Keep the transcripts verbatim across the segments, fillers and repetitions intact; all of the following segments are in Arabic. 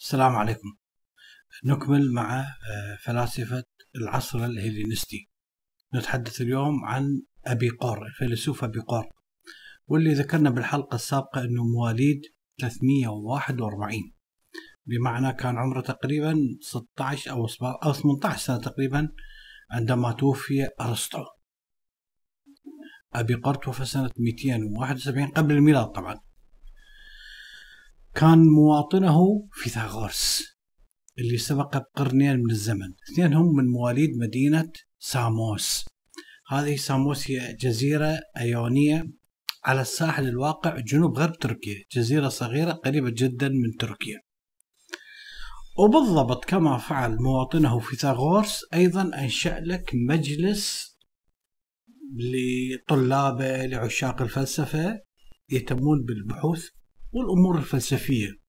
السلام عليكم. نكمل مع فلاسفة العصر الهيلينستي. نتحدث اليوم عن أبيقور، الفيلسوف أبيقور، واللي ذكرنا بالحلقة السابقة أنه مواليد ثلاثمئة وواحد وأربعين، بمعنى كان عمره تقريبا ستة عشر أو أو ثمانية عشر سنة تقريبا عندما توفي أرسطو. أبيقور توفى سنة مئتين وواحد وسبعين قبل الميلاد طبعا. كان مواطنه فيثاغورس اللي سبق بقرنين من الزمن. اثنين هم من مواليد مدينة ساموس. هذه ساموس هي جزيرة أيونية على الساحل الواقع جنوب غرب تركيا، جزيرة صغيرة قريبة جدا من تركيا. وبالضبط كما فعل مواطنه فيثاغورس أيضا أنشأ لك مجلس لطلابه لعشاق الفلسفة يهتمون بالبحوث والأمور الفلسفية.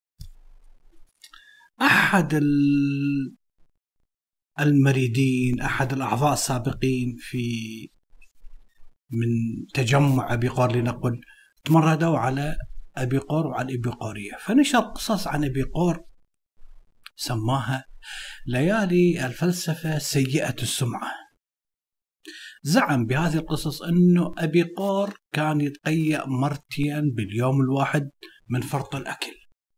أحد المريدين، أحد الأعضاء السابقين في من تجمع أبيقور لنقل، تمردوا على أبيقور وعلى الإبيقورية، فنشر قصص عن أبيقور سماها ليالي الفلسفة سيئة السمعة. زعم بهذه القصص أنه أبيقور كان يتقيأ مرتين باليوم الواحد من فرط الأكل،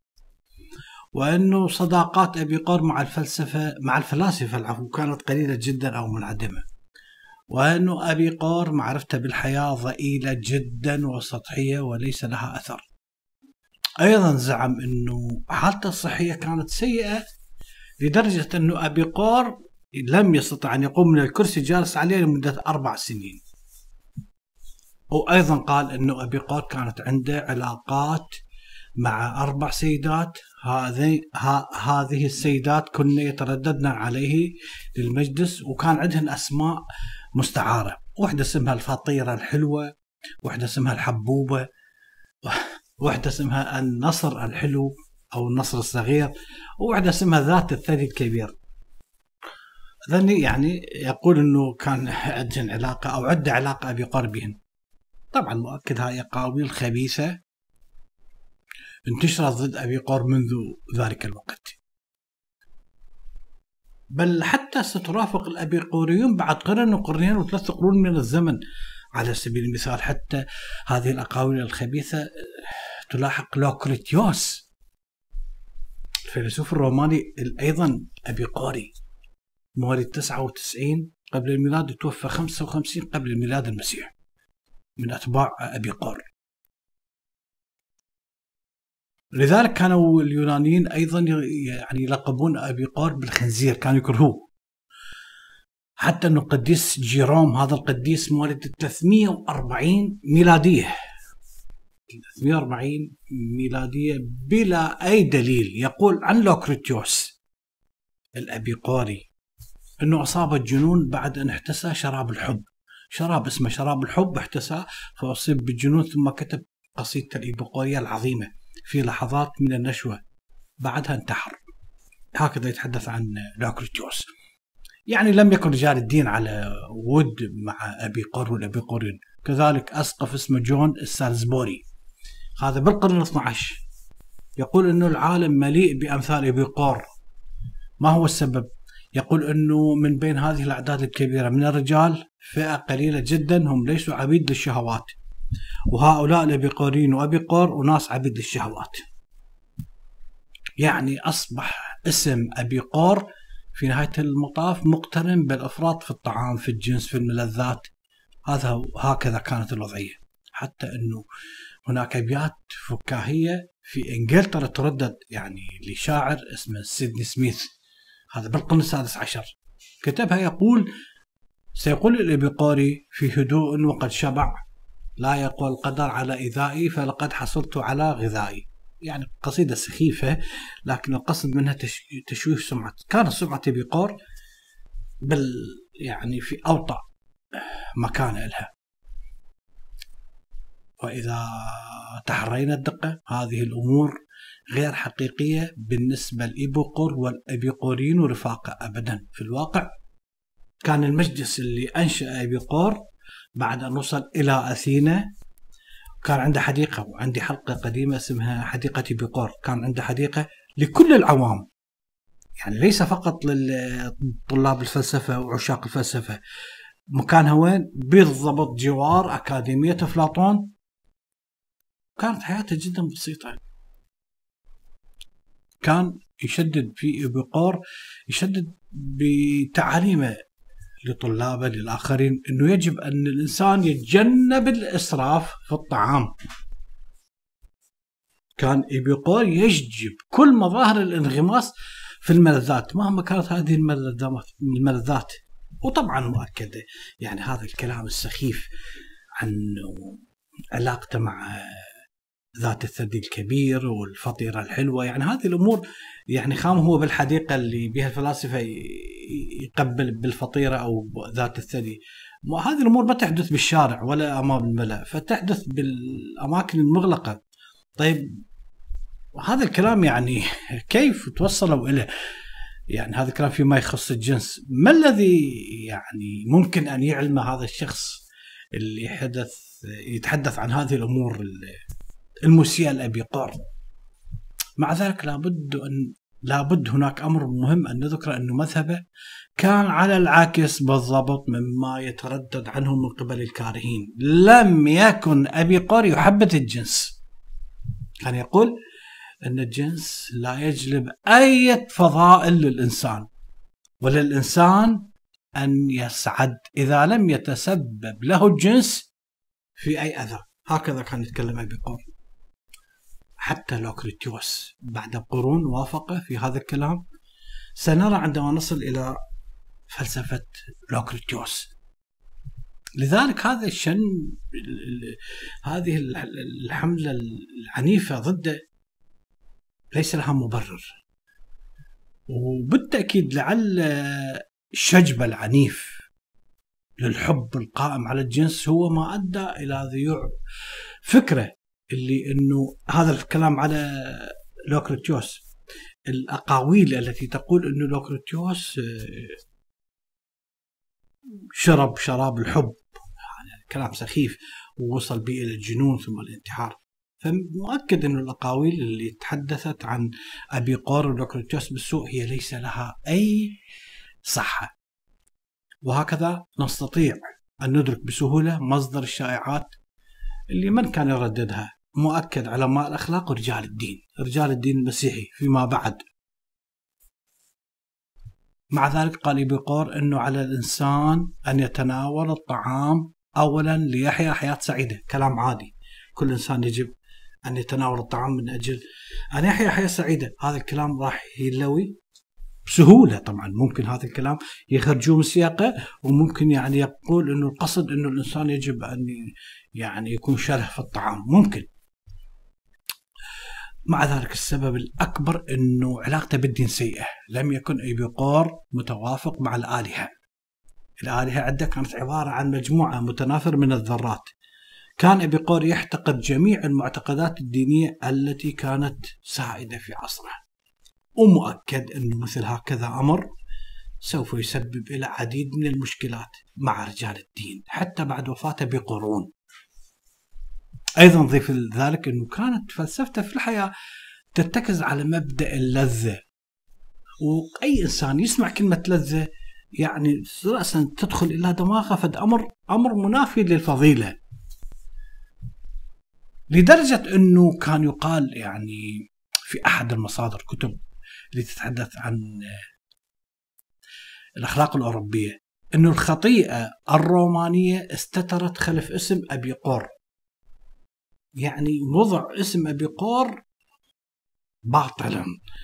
وأنه صداقات أبيقور مع الفلسفة مع الفلاسفة العفو كانت قليلة جدا أو منعدمة، وأنه أبيقور معرفته بالحياة ضئيلة جدا وسطحية وليس لها أثر. أيضا زعم أنه حالته الصحية كانت سيئة لدرجة أنه أبيقور لم يستطع أن يقوم من الكرسي جالس عليه لمدة أربع سنين. وأيضا قال أنه أبيقور كانت عنده علاقات مع أربع سيدات، هذه هذه السيدات كن يترددن عليه للمجلس، وكان عندهن أسماء مستعارة، واحدة اسمها الفطيرة الحلوة، واحدة اسمها الحبوبة، واحدة اسمها النصر الحلو أو النصر الصغير، وواحدة اسمها ذات الثدي الكبير. ذني يعني يقول أنه كان عندهن علاقة أو عدة علاقة أبيقور بهن. طبعا مؤكد هاي أقاويل خبيثة انتشرت ضد أبيقور منذ ذلك الوقت، بل حتى سترافق الأبيقوريون بعد قرن وقرنين وثلاث قرون من الزمن. على سبيل المثال حتى هذه الأقاويل الخبيثة تلاحق لوكريتيوس الفيلسوف الروماني أيضا أبيقوري، مواليد تسعة وتسعين قبل الميلاد، توفى خمسة وخمسين قبل الميلاد المسيح، من أتباع أبيقور. لذلك كانوا اليونانيين أيضا يعني يلقبون أبيقور بالخنزير، كانوا يكرهوه. حتى أنه قديس جيروم، هذا القديس مواليد ثلاثمئة وأربعين ميلادية ثلاثمئة وأربعين ميلادية بلا أي دليل، يقول عن لوكريتيوس الأبيقوري أنه أصاب الجنون بعد أن احتسى شراب الحب، شراب اسمه شراب الحب احتسى فأصيب بالجنون، ثم كتب قصيدة الإبيقورية العظيمة في لحظات من النشوة، بعدها انتحر. هكذا يتحدث عن لوكريتيوس. يعني لم يكن رجال الدين على ود مع أبيقور والأبيقوريين. كذلك أسقف اسمه جون السالزبوري، هذا بالقرن الاثنى عشر، يقول أنه العالم مليء بأمثال أبيقور. ما هو السبب؟ يقول أنه من بين هذه الأعداد الكبيرة من الرجال فئة قليلة جدا هم ليسوا عبيد للشهوات، وهؤلاء الأبيقوريين وأبيقور وناس عبيد للشهوات. يعني أصبح اسم أبيقور في نهاية المطاف مقترن بالإفراط في الطعام، في الجنس، في الملذات. هذا هكذا كانت الوضعية، حتى أنه هناك أبيات فكاهية في إنجلترا تردد يعني لشاعر اسمه سيدني سميث، هذا بالقرن السادس عشر، كتبها يقول: سيقول الأبيقوري في هدوء وقد شبع، لا يقوى القدر على إيذائي فلقد حصلت على غذائي. يعني قصيدة سخيفة، لكن القصد منها تشويه سمعة. كانت سمعة أبيقور بل يعني في أوطى مكان لها. وإذا تحرينا الدقة، هذه الأمور غير حقيقية بالنسبة لإبيقور والأبيقوريين ورفاقه أبدا. في الواقع كان المجلس اللي أنشأ أبيقور بعد أن وصل إلى أثينا كان عنده حديقة، وعندي حلقة قديمة اسمها حديقة أبيقور، كان عنده حديقة لكل العوام، يعني ليس فقط لطلاب الفلسفة وعشاق الفلسفة. مكانها وين؟ بالضبط جوار أكاديمية أفلاطون. كانت حياته جدا بسيطة. كان يشدد في إبيقور، يشدد بتعاليمه لطلابه للآخرين أنه يجب أن الإنسان يتجنب الإسراف في الطعام. كان إبيقور يجب كل مظاهر الانغماس في الملذات مهما كانت هذه الملذات. وطبعا مؤكدة يعني هذا الكلام السخيف عن علاقته مع ذات الثدي الكبير والفطيرة الحلوة، يعني هذه الأمور يعني خام هو بالحديقة اللي بها الفلاسفة يقبل بالفطيرة أو ذات الثدي. هذه الأمور ما تحدث بالشارع ولا أمام الملأ، فتحدث بالأماكن المغلقة. طيب هذا الكلام يعني كيف توصلوا إليه؟ يعني هذا الكلام فيما يخص الجنس. ما الذي يعني ممكن أن يعلم هذا الشخص اللي يحدث يتحدث عن هذه الأمور المسيئة لأبيقور؟ مع ذلك لابد أن لابد هناك أمر مهم أن نذكر أنه مذهبه كان على العكس بالضبط مما يتردد عنه من قبل الكارهين. لم يكن أبيقور يحبذ الجنس. كان يقول أن الجنس لا يجلب أي فضائل للإنسان، وللإنسان أن يسعد إذا لم يتسبب له الجنس في أي أذى. هكذا كان يتكلم أبيقور. حتى لوكريتيوس بعد قرون وافقه في هذا الكلام. سنرى عندما نصل إلى فلسفة لوكريتيوس. لذلك هذا الشن هذه الحملة العنيفة ضده ليس لها مبرر، وبالتأكيد لعل الشجب العنيف للحب القائم على الجنس هو ما أدى إلى ذيوع فكرة اللي أنه هذا الكلام على لوكريتيوس. الأقاويل التي تقول أنه لوكريتيوس شرب شراب الحب، يعني كلام سخيف ووصل به إلى الجنون ثم الانتحار. فمؤكد أن الأقاويل اللي تحدثت عن أبيقور ولوكريتيوس بالسوء هي ليس لها أي صحة. وهكذا نستطيع أن ندرك بسهولة مصدر الشائعات اللي من كان يرددها. مؤكد علماء الأخلاق ورجال الدين، رجال الدين المسيحي فيما بعد. مع ذلك قال أبيقور أنه على الإنسان أن يتناول الطعام أولا ليحيا حياة سعيدة. كلام عادي، كل إنسان يجب أن يتناول الطعام من أجل أن يحيا حياة سعيدة. هذا الكلام راح يلوي بسهولة. طبعا ممكن هذا الكلام يخرجوه من سياقه، وممكن يعني يقول أنه القصد أنه الإنسان يجب أن يعني يكون شره في الطعام، ممكن. مع ذلك السبب الأكبر أنه علاقته بالدين سيئة. لم يكن أبيقور متوافق مع الآلهة. الآلهة عندها كانت عبارة عن مجموعة متناثرة من الذرات. كان أبيقور يحتقد جميع المعتقدات الدينية التي كانت سائدة في عصره، ومؤكد أنه مثل هكذا أمر سوف يسبب إلى عديد من المشكلات مع رجال الدين حتى بعد وفاته بقرون. أيضا ضيف ذلك أنه كانت فلسفته في الحياة ترتكز على مبدأ اللذة، وأي إنسان يسمع كلمة لذة يعني رأسا تدخل إلى دماغه فد أمر أمر منافي للفضيلة. لدرجة أنه كان يقال يعني في أحد المصادر كتب اللي تتحدث عن الأخلاق الأوروبية أنه الخطيئة الرومانية استترت خلف اسم أبيقور. يعني وضع اسم أبيقور باطلا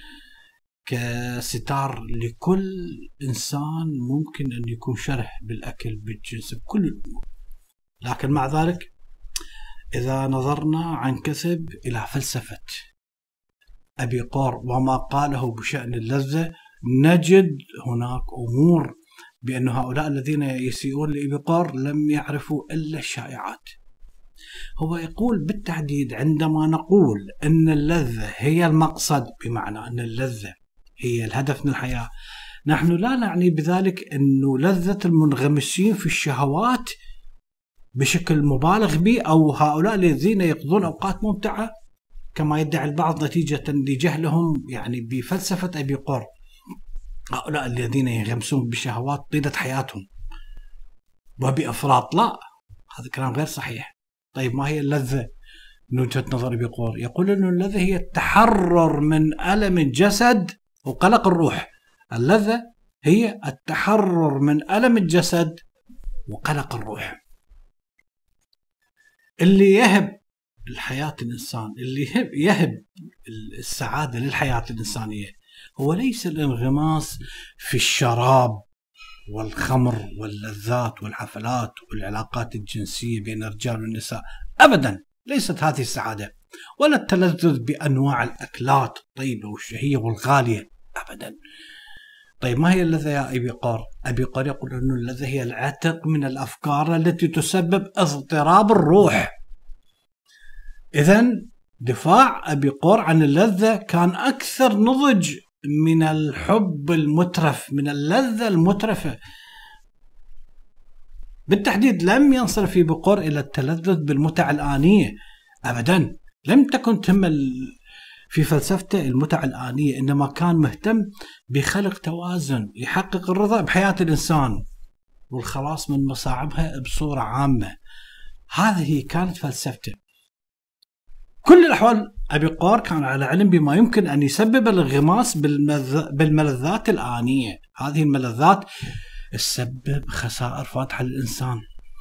كستار لكل إنسان ممكن أن يكون شره بالأكل بالجنس بكل الأمور. لكن مع ذلك إذا نظرنا عن كثب إلى فلسفة أبيقور وما قاله بشأن اللذة، نجد هناك أمور بأن هؤلاء الذين يسيئون لأبيقور لم يعرفوا إلا الشائعات. هو يقول بالتحديد عندما نقول أن اللذة هي المقصد، بمعنى أن اللذة هي الهدف من الحياة، نحن لا نعني بذلك أنه لذة المنغمسين في الشهوات بشكل مبالغ به أو هؤلاء الذين يقضون أوقات ممتعة كما يدعي البعض نتيجة لجهلهم يعني بفلسفة أبيقور، هؤلاء الذين ينغمسون بالشهوات طيلة حياتهم وبأفراط. لا، هذا كلام غير صحيح. طيب ما هي اللذة من وجهة نظر أبيقور؟ يقول أن اللذة هي التحرر من ألم الجسد وقلق الروح. اللذة هي التحرر من ألم الجسد وقلق الروح. اللي يهب الحياة الإنسان، اللي يهب, يهب السعادة للحياة الإنسانية هو ليس الانغماس في الشراب والخمر واللذات والحفلات والعلاقات الجنسية بين الرجال والنساء، أبدا ليست هذه السعادة، ولا التلذذ بأنواع الأكلات الطيبة والشهية والغالية، أبدا. طيب ما هي اللذة يا أبيقور؟ أبيقور يقول أن اللذة هي العتق من الأفكار التي تسبب اضطراب الروح. إذن دفاع أبيقور عن اللذة كان أكثر نضج من الحب المترف، من اللذة المترفة. بالتحديد لم ينصرف أبيقور إلى التلذذ بالمتع الآنية أبدا، لم تكن تهم في فلسفته المتع الآنية، إنما كان مهتم بخلق توازن يحقق الرضا بحياة الإنسان والخلاص من مصاعبها بصورة عامة. هذه كانت فلسفته. كل الأحوال أبيقور كان على علم بما يمكن أن يسبب الانغماس بالملذات الآنية. هذه الملذات تسبب خسائر فادحة للإنسان،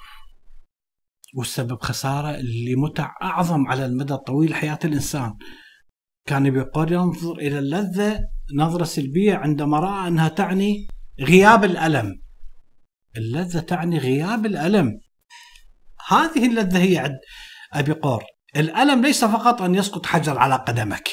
والسبب خسارة لمتع أعظم على المدى الطويل حياة الإنسان. كان أبيقور ينظر إلى اللذة نظرة سلبية عندما رأى أنها تعني غياب الألم. اللذة تعني غياب الألم. هذه اللذة هي عند أبيقور. الألم ليس فقط أن يسقط حجر على قدمك،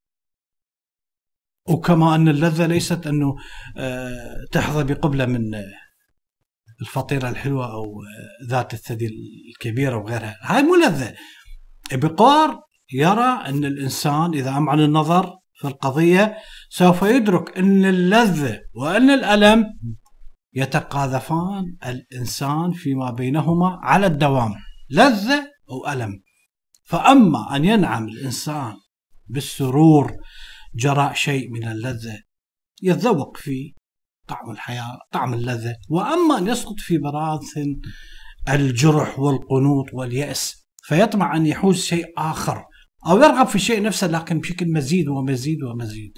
وكما أن اللذة ليست أنه تحظى بقبلة من الفطيرة الحلوة أو ذات الثدي الكبيرة وغيرها. هاي مو لذة. أبيقور يرى أن الإنسان إذا أمعن النظر في القضية سوف يدرك أن اللذة وأن الألم يتقاذفان الإنسان فيما بينهما على الدوام، لذة أو ألم. فأما أن ينعم الإنسان بالسرور جراء شيء من اللذة يتذوق فيه طعم الحياة، طعم اللذة، وأما أن يسقط في براثن الجرح والقنوط واليأس فيطمع أن يحوز شيء آخر أو يرغب في الشيء نفسه لكن بشكل مزيد ومزيد ومزيد،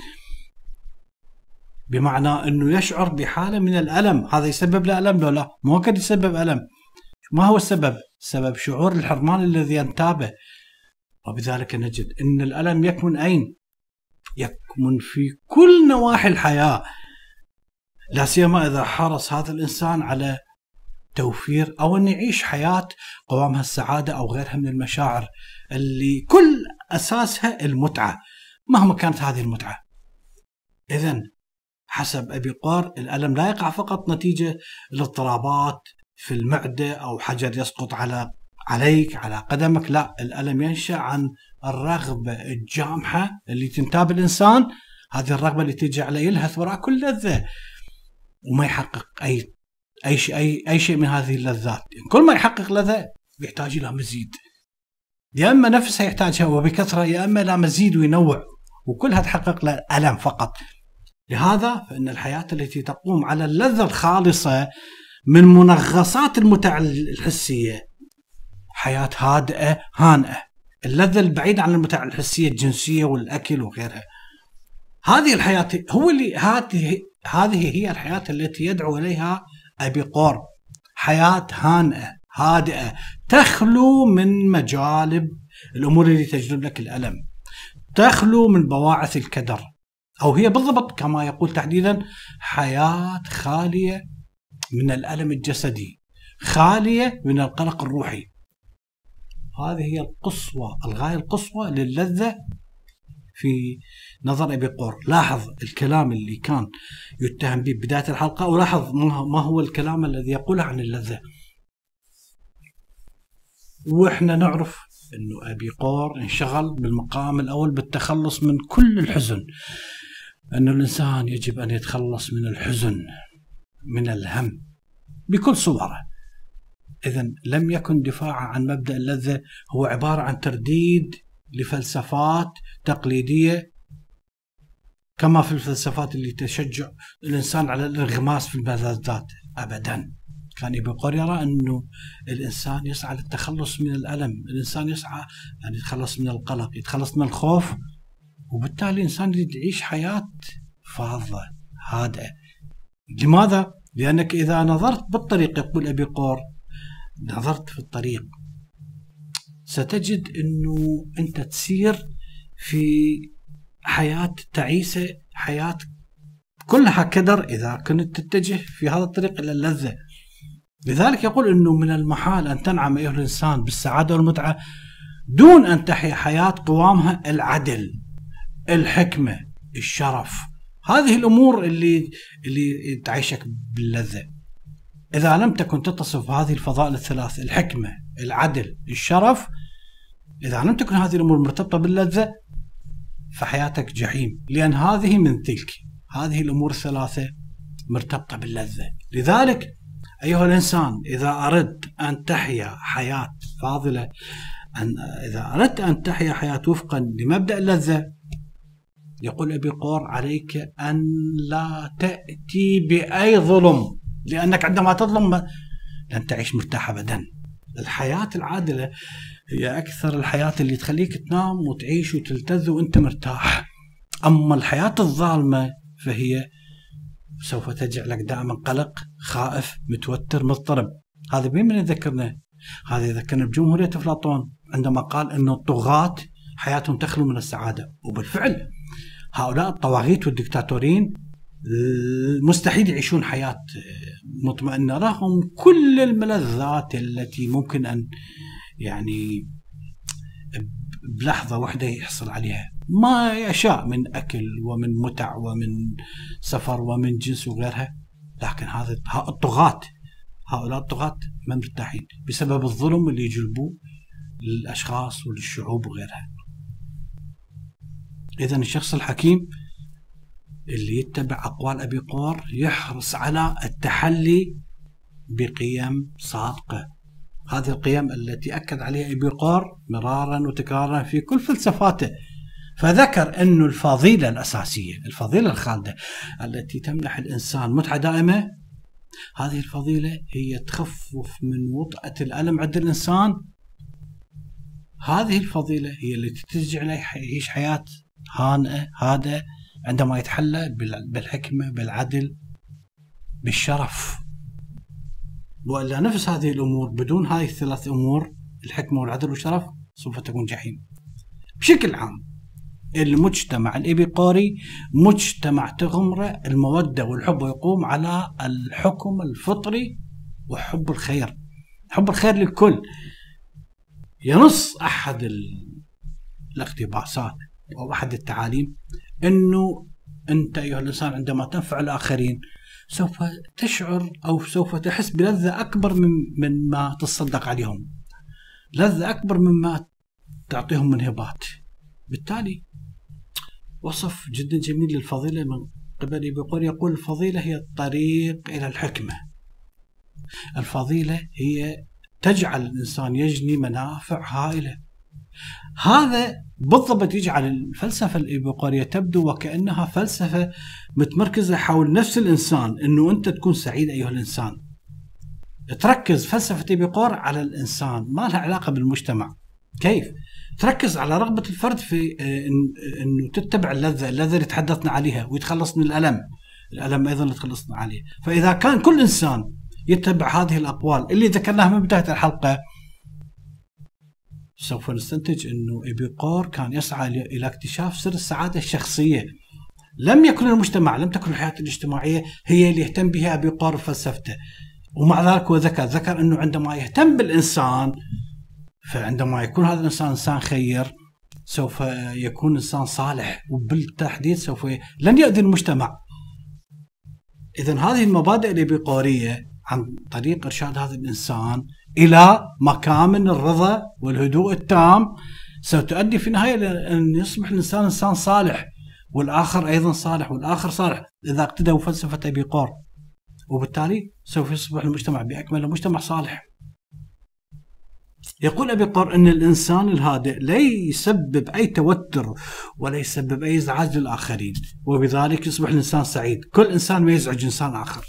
بمعنى أنه يشعر بحالة من الألم. هذا يسبب له ألم؟ لا لا، مو قد يسبب ألم. ما هو السبب؟ سبب شعور الحرمان الذي ينتابه. وبذلك نجد أن الألم يكمن أين؟ يكمن في كل نواحي الحياة، لا سيما إذا حرص هذا الإنسان على توفير أو أن يعيش حياة قوامها السعادة أو غيرها من المشاعر اللي كل أساسها المتعة مهما كانت هذه المتعة. إذن حسب أبيقور الألم لا يقع فقط نتيجة الاضطرابات في المعدة أو حجر يسقط على عليك على قدمك، لا، الألم ينشأ عن الرغبة الجامحة اللي تنتاب الإنسان، هذه الرغبة اللي تجعله يلهث وراء كل لذة وما يحقق أي أي شيء أي أي شيء من هذه اللذات. يعني كل ما يحقق لذة يحتاج إلى مزيد، يا إما نفسها يحتاجها وبكثرة، يا إما لا مزيد وينوع، وكلها تحقق له ألم فقط. لهذا فإن الحياة التي تقوم على اللذة الخالصة من منغصات المتع الحسية حياة هادئة هانئة. اللذة البعيدة عن المتع الحسية الجنسية والأكل وغيرها، هذه الحياة هو اللي هذه هذه هي الحياة التي يدعو إليها أبيقور، حياة هانئة هادئة تخلو من مجالب الأمور اللي تجلب لك الألم، تخلو من بواعث الكدر، أو هي بالضبط كما يقول تحديدا حياة خالية من الألم الجسدي، خالية من القلق الروحي. هذه هي القصوى، الغاية القصوى للذة في نظر أبيقور. لاحظ الكلام اللي كان يتهم به بداية الحلقة، ولاحظ ما هو الكلام الذي يقوله عن اللذة. وإحنا نعرف أنه أبيقور انشغل بالمقام الأول بالتخلص من كل الحزن، أن الإنسان يجب أن يتخلص من الحزن من الهم بكل صوره. إذن لم يكن دفاعا عن مبدأ اللذة هو عبارة عن ترديد لفلسفات تقليدية كما في الفلسفات اللي تشجع الإنسان على الانغماس في الملذات. أبدا، كان إبيقور يرى أنه الإنسان يسعى للتخلص من الألم، الإنسان يسعى يعني يتخلص من القلق، يتخلص من الخوف، وبالتالي الإنسان يريد يعيش حياة فاضلة هادئة. لماذا؟ لأنك إذا نظرت بالطريق، يقول إبيقور، نظرت في الطريق ستجد أنه أنت تسير في حياة تعيسة، حياة كلها كدر إذا كنت تتجه في هذا الطريق إلى اللذة. لذلك يقول أنه من المحال أن تنعم أيها الإنسان بالسعادة والمتعة دون أن تحيا حياة قوامها العدل، الحكمة، الشرف. هذه الأمور اللي اللي تعيشك باللذة. إذا لم تكن تتصف هذه الفضائل الثلاث، الحكمة، العدل، الشرف، إذا لم تكن هذه الأمور مرتبطة باللذة فحياتك جحيم، لأن هذه من تلك، هذه الأمور الثلاثة مرتبطة باللذة. لذلك أيها الإنسان، إذا أردت أن تحيا حياة فاضلة، أن إذا أردت أن تحيا حياة وفقا لمبدأ اللذة، يقول إبيقور عليك أن لا تأتي بأي ظلم، لأنك عندما تظلم لن تعيش مرتاح أبدا. الحياة العادلة هي أكثر الحياة اللي تخليك تنام وتعيش وتلتذ وأنت مرتاح. أما الحياة الظالمة فهي سوف تجعلك دائما قلق، خائف، متوتر، مضطرب. هذا مين من يذكرنا؟ هذا يذكرنا بجمهورية أفلاطون عندما قال أن الطغاة حياتهم تخلو من السعادة. وبالفعل هؤلاء الطواغيت والدكتاتورين مستحيل يعيشون حياة مطمئنة رغم كل الملذات التي ممكن أن يعني بلحظة واحدة يحصل عليها ما يشاء من أكل ومن متع ومن سفر ومن جنس وغيرها. لكن هذا الطغاة، هؤلاء الطغاة ما مرتاحين بسبب الظلم اللي يجلبوه للأشخاص وللشعوب وغيرها. إذن الشخص الحكيم اللي يتبع أقوال إبيقور يحرص على التحلي بقيم صادقة. هذه القيم التي أكد عليها إبيقور مرارا وتكرارا في كل فلسفاته. فذكر أن الفضيلة الأساسية، الفضيلة الخالدة التي تمنح الإنسان متعة دائمة، هذه الفضيلة هي تخفف من وطأة الألم عند الإنسان. هذه الفضيلة هي التي تشجع له يعيش حياة هانئة هادئة عندما يتحلى بالحكمة، بالعدل، بالشرف. وإلا نفس هذه الأمور بدون هذه الثلاث أمور، الحكمة والعدل والشرف، سوف تكون جحيم. بشكل عام المجتمع الإبيقوري مجتمع تغمره المودة والحب، ويقوم على الحكم الفطري وحب الخير، حب الخير للكل. ينص أحد الاقتباسات أو أحد التعاليم أنه أنت أيها الإنسان عندما تنفع الآخرين سوف تشعر أو سوف تحس بلذة أكبر من من ما تصدق عليهم، لذة أكبر مما تعطيهم من هبات. بالتالي وصف جدا جميل للفضيلة من قبل إبيقور، يقول الفضيلة هي الطريق إلى الحكمة. الفضيلة هي تجعل الإنسان يجني منافع هائلة. هذا بالضبط يجعل الفلسفة الإبيقورية تبدو وكأنها فلسفة متمركزة حول نفس الإنسان، أنه أنت تكون سعيد أيها الإنسان. تركز فلسفة إبيقور على الإنسان، ما لها علاقة بالمجتمع. كيف؟ تركز على رغبة الفرد في أنه تتبع اللذة، اللذة اللي تحدثنا عليها، ويتخلص من الألم، الألم أيضا اللي تخلصنا عليه. فإذا كان كل إنسان يتبع هذه الأقوال اللي ذكرناها من بداية الحلقة، سوف نستنتج أنه إبيقور كان يسعى إلى اكتشاف سر السعادة الشخصية. لم يكن المجتمع، لم تكن الحياة الاجتماعية هي اللي يهتم بها إبيقور وفلسفته. ومع ذلك هو ذكر ذكر أنه عندما يهتم بالإنسان، فعندما يكون هذا الإنسان إنسان خير سوف يكون إنسان صالح، وبالتحديد سوف لن يؤذي المجتمع. إذن هذه المبادئ الإبيقورية عن طريق إرشاد هذا الإنسان إلى مكامن الرضا والهدوء التام ستؤدي في النهاية لأن يصبح الإنسان إنسان صالح، والآخر أيضا صالح، والآخر صالح إذا اقتدوا فلسفة إبيقور، وبالتالي سوف يصبح المجتمع بأكمله مجتمع صالح. يقول أبيقور أن الإنسان الهادئ لا يسبب أي توتر ولا يسبب أي إزعاج للآخرين، وبذلك يصبح الإنسان سعيد. كل إنسان ما يزعج إنسان آخر.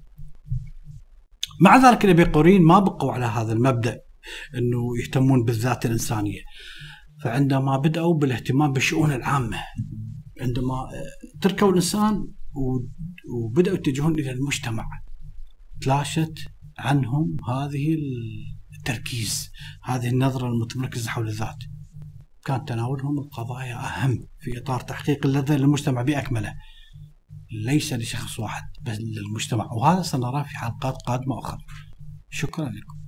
مع ذلك الأبيقوريين ما بقوا على هذا المبدأ أنه يهتمون بالذات الإنسانية، فعندما بدأوا بالاهتمام بالشؤون العامة، عندما تركوا الإنسان وبدأوا يتجهون إلى المجتمع، تلاشت عنهم هذه التركيز، هذه النظرة المتمركزة حول الذات. كان تناولهم القضايا أهم في إطار تحقيق اللذة للمجتمع بأكمله، ليس لشخص واحد بل للمجتمع، وهذا سنراه في حلقات قادمة أخرى. شكرا لكم.